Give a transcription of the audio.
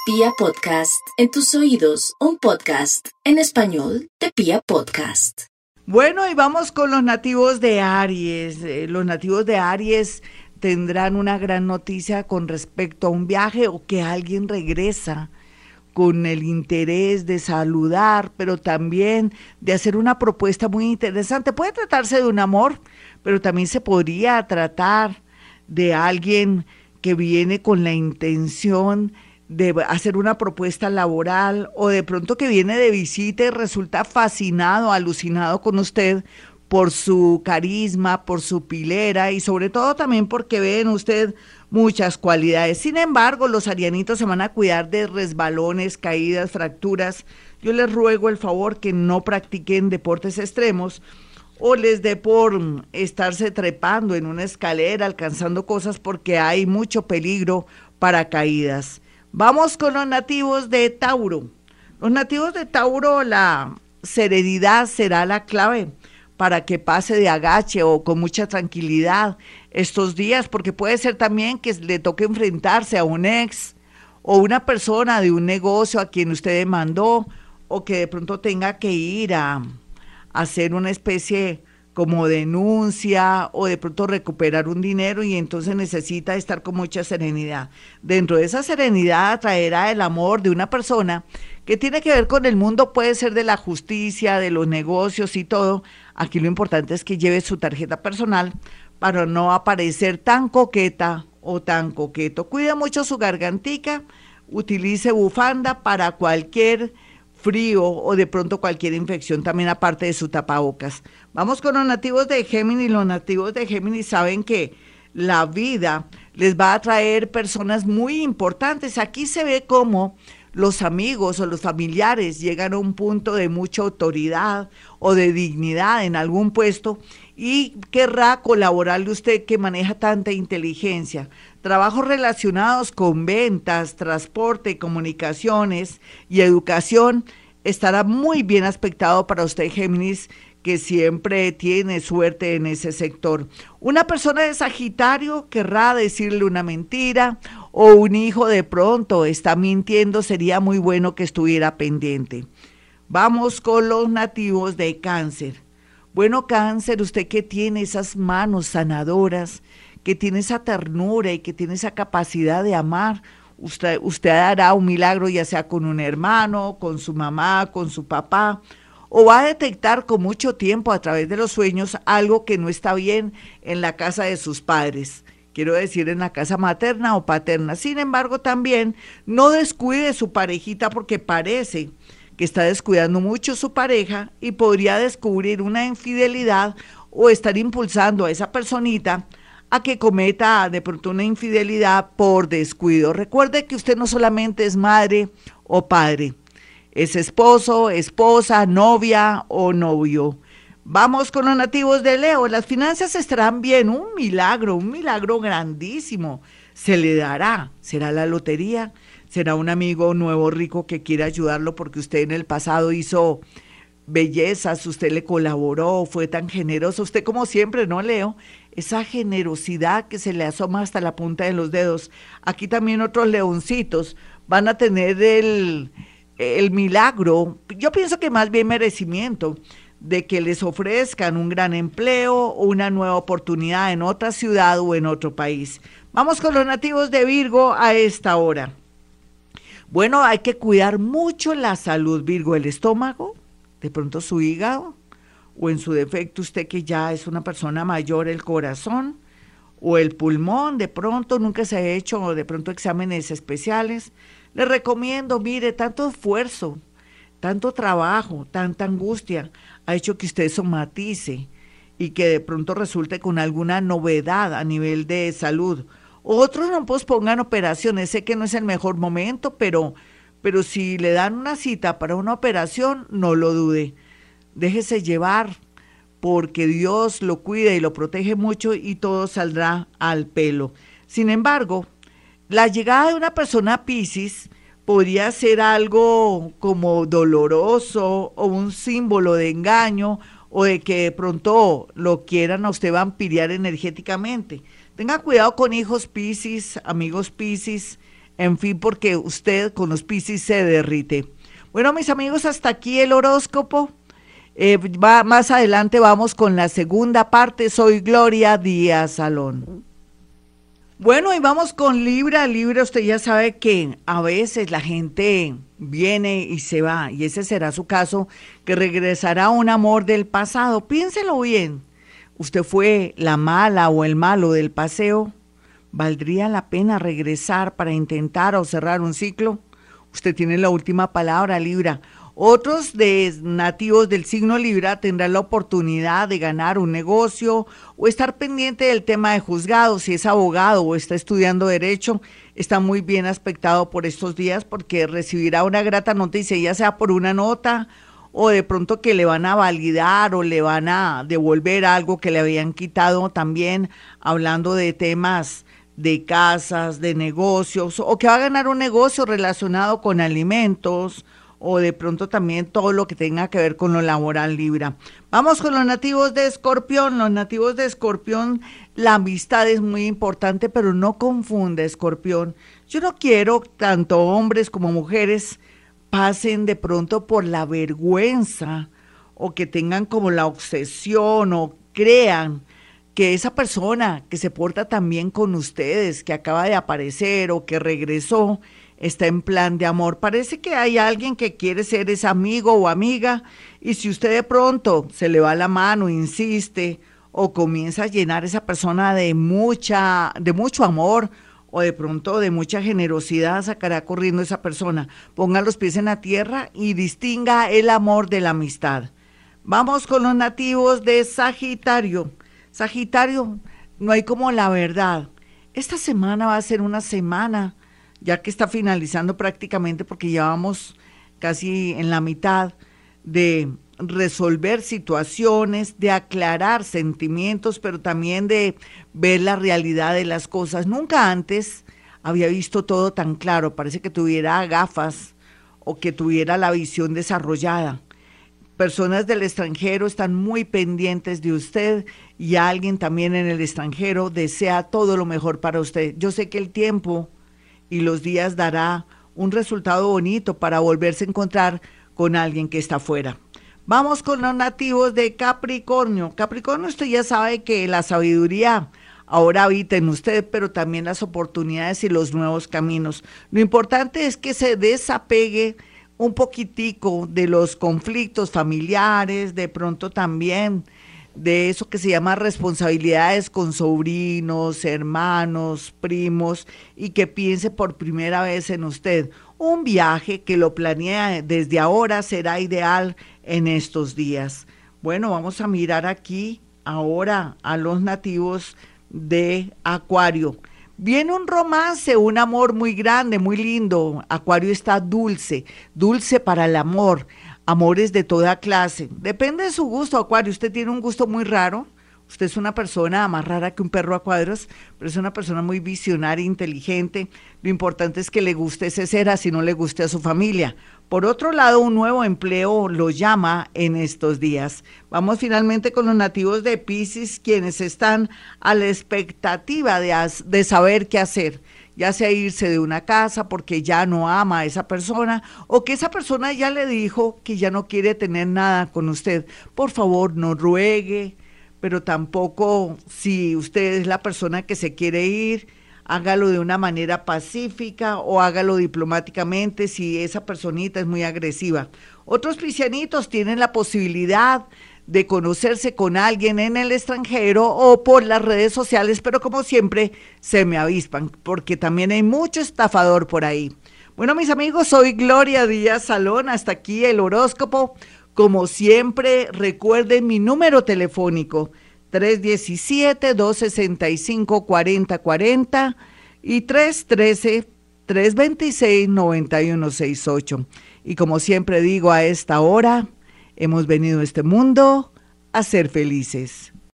Pia Podcast, en tus oídos, un podcast en español de Pia Podcast. Bueno, y vamos con los nativos de Aries. Los nativos de Aries tendrán una gran noticia con respecto a un viaje o que alguien regresa con el interés de saludar, pero también de hacer una propuesta muy interesante. Puede tratarse de un amor, pero también se podría tratar de alguien que viene con la intención de hacer una propuesta laboral o de pronto que viene de visita y resulta fascinado, alucinado con usted por su carisma, por su pilera y sobre todo también porque ve en usted muchas cualidades. Sin embargo, los arianitos se van a cuidar de resbalones, caídas, fracturas. Yo les ruego el favor que no practiquen deportes extremos o les dé por estarse trepando en una escalera, alcanzando cosas porque hay mucho peligro para caídas. Vamos con los nativos de Tauro. Los nativos de Tauro, la serenidad será la clave para que pase de agache o con mucha tranquilidad estos días, porque puede ser también que le toque enfrentarse a un ex o una persona de un negocio a quien usted demandó o que de pronto tenga que ir a hacer una especie como denuncia o de pronto recuperar un dinero y entonces necesita estar con mucha serenidad. Dentro de esa serenidad traerá el amor de una persona que tiene que ver con el mundo, puede ser de la justicia, de los negocios y todo. Aquí lo importante es que lleve su tarjeta personal para no aparecer tan coqueta o tan coqueto. Cuida mucho su gargantica, utilice bufanda para cualquier frío o de pronto cualquier infección, también aparte de su tapabocas. Vamos con los nativos de Géminis. Los nativos de Géminis saben que la vida les va a traer personas muy importantes. Aquí se ve como los amigos o los familiares llegan a un punto de mucha autoridad o de dignidad en algún puesto y querrá colaborarle usted que maneja tanta inteligencia. Trabajos relacionados con ventas, transporte, comunicaciones y educación estará muy bien aspectado para usted, Géminis, que siempre tiene suerte en ese sector. Una persona de Sagitario querrá decirle una mentira o un hijo de pronto está mintiendo, sería muy bueno que estuviera pendiente. Vamos con los nativos de Cáncer. Bueno, Cáncer, usted que tiene esas manos sanadoras, que tiene esa ternura y que tiene esa capacidad de amar, usted hará un milagro ya sea con un hermano, con su mamá, con su papá, o va a detectar con mucho tiempo a través de los sueños algo que no está bien en la casa de sus padres. Quiero decir, en la casa materna o paterna. Sin embargo, también no descuide su parejita porque parece que está descuidando mucho su pareja y podría descubrir una infidelidad o estar impulsando a esa personita a que cometa de pronto una infidelidad por descuido. Recuerde que usted no solamente es madre o padre, es esposo, esposa, novia o novio. Vamos con los nativos de Leo. Las finanzas estarán bien, un milagro grandísimo se le dará. ¿Será la lotería? ¿Será un amigo nuevo rico que quiere ayudarlo porque usted en el pasado hizo bellezas, usted le colaboró, fue tan generoso? Usted como siempre, ¿no, Leo? Esa generosidad que se le asoma hasta la punta de los dedos. Aquí también otros leoncitos van a tener el milagro, yo pienso que más bien merecimiento, de que les ofrezcan un gran empleo o una nueva oportunidad en otra ciudad o en otro país. Vamos con los nativos de Virgo a esta hora. Bueno, hay que cuidar mucho la salud, Virgo, el estómago, de pronto su hígado, o en su defecto usted que ya es una persona mayor, el corazón, o el pulmón, de pronto nunca se ha hecho de pronto exámenes especiales. Le recomiendo, mire, tanto esfuerzo, tanto trabajo, tanta angustia ha hecho que usted somatice y que de pronto resulte con alguna novedad a nivel de salud. Otros no pospongan operaciones, sé que no es el mejor momento, pero si le dan una cita para una operación, no lo dude. Déjese llevar, porque Dios lo cuida y lo protege mucho y todo saldrá al pelo. Sin embargo, la llegada de una persona Piscis podría ser algo como doloroso o un símbolo de engaño o de que de pronto lo quieran a usted vampirear energéticamente. Tenga cuidado con hijos Piscis, amigos Piscis, En fin, porque usted con los Piscis se derrite. Bueno, mis amigos, hasta aquí el horóscopo. Más adelante vamos con la segunda parte. Soy Gloria Díaz Salón. Bueno, y vamos con Libra. Libra, usted ya sabe que a veces la gente viene y se va, y ese será su caso, que regresará un amor del pasado. Piénselo bien. ¿Usted fue la mala o el malo del paseo? ¿Valdría la pena regresar para intentar o cerrar un ciclo? Usted tiene la última palabra, Libra. Otros nativos del signo Libra tendrán la oportunidad de ganar un negocio o estar pendiente del tema de juzgados. Si es abogado o está estudiando derecho, está muy bien aspectado por estos días porque recibirá una grata noticia, ya sea por una nota o de pronto que le van a validar o le van a devolver algo que le habían quitado, también hablando de temas de casas, de negocios, o que va a ganar un negocio relacionado con alimentos, o de pronto también todo lo que tenga que ver con lo laboral, Libra. Vamos con los nativos de Escorpión. Los nativos de Escorpión, la amistad es muy importante, pero no confunda, Escorpión. Yo no quiero tanto hombres como mujeres pasen de pronto por la vergüenza o que tengan como la obsesión o crean que esa persona que se porta tan bien con ustedes, que acaba de aparecer o que regresó, está en plan de amor. Parece que hay alguien que quiere ser ese amigo o amiga, y si usted de pronto se le va la mano, insiste o comienza a llenar a esa persona de mucho amor o de pronto de mucha generosidad, sacará corriendo esa persona. Ponga los pies en la tierra y distinga el amor de la amistad. Vamos con los nativos de Sagitario. Sagitario, no hay como la verdad. Esta semana va a ser una semana, ya que está finalizando prácticamente, porque ya vamos casi en la mitad, de resolver situaciones, de aclarar sentimientos, pero también de ver la realidad de las cosas. Nunca antes había visto todo tan claro, parece que tuviera gafas o que tuviera la visión desarrollada. Personas del extranjero están muy pendientes de usted y alguien también en el extranjero desea todo lo mejor para usted. Yo sé que el tiempo y los días dará un resultado bonito para volverse a encontrar con alguien que está afuera. Vamos con los nativos de Capricornio. Capricornio, usted ya sabe que la sabiduría ahora habita en usted, pero también las oportunidades y los nuevos caminos. Lo importante es que se desapegue un poquitico de los conflictos familiares, de pronto también de eso que se llama responsabilidades con sobrinos, hermanos, primos, y que piense por primera vez en usted. Un viaje que lo planea desde ahora será ideal en estos días. Bueno, vamos a mirar aquí ahora a los nativos de Acuario. Viene un romance, un amor muy grande, muy lindo. Acuario está dulce, dulce para el amor, amores de toda clase. Depende de su gusto, Acuario. Usted tiene un gusto muy raro. Usted es una persona más rara que un perro a cuadros, pero es una persona muy visionaria, inteligente. Lo importante es que le guste ese ser, así no le guste a su familia. Por otro lado, un nuevo empleo lo llama en estos días. Vamos finalmente con los nativos de Piscis, quienes están a la expectativa de saber qué hacer, ya sea irse de una casa porque ya no ama a esa persona o que esa persona ya le dijo que ya no quiere tener nada con usted. Por favor, no ruegue, pero tampoco, si usted es la persona que se quiere ir, hágalo de una manera pacífica o hágalo diplomáticamente si esa personita es muy agresiva. Otros piscianitos tienen la posibilidad de conocerse con alguien en el extranjero o por las redes sociales, pero como siempre se me avispan, porque también hay mucho estafador por ahí. Bueno, mis amigos, soy Gloria Díaz Salón, hasta aquí el horóscopo. Como siempre, recuerden mi número telefónico, 317-265-4040 y 313-326-9168. Y como siempre digo, a esta hora hemos venido a este mundo a ser felices.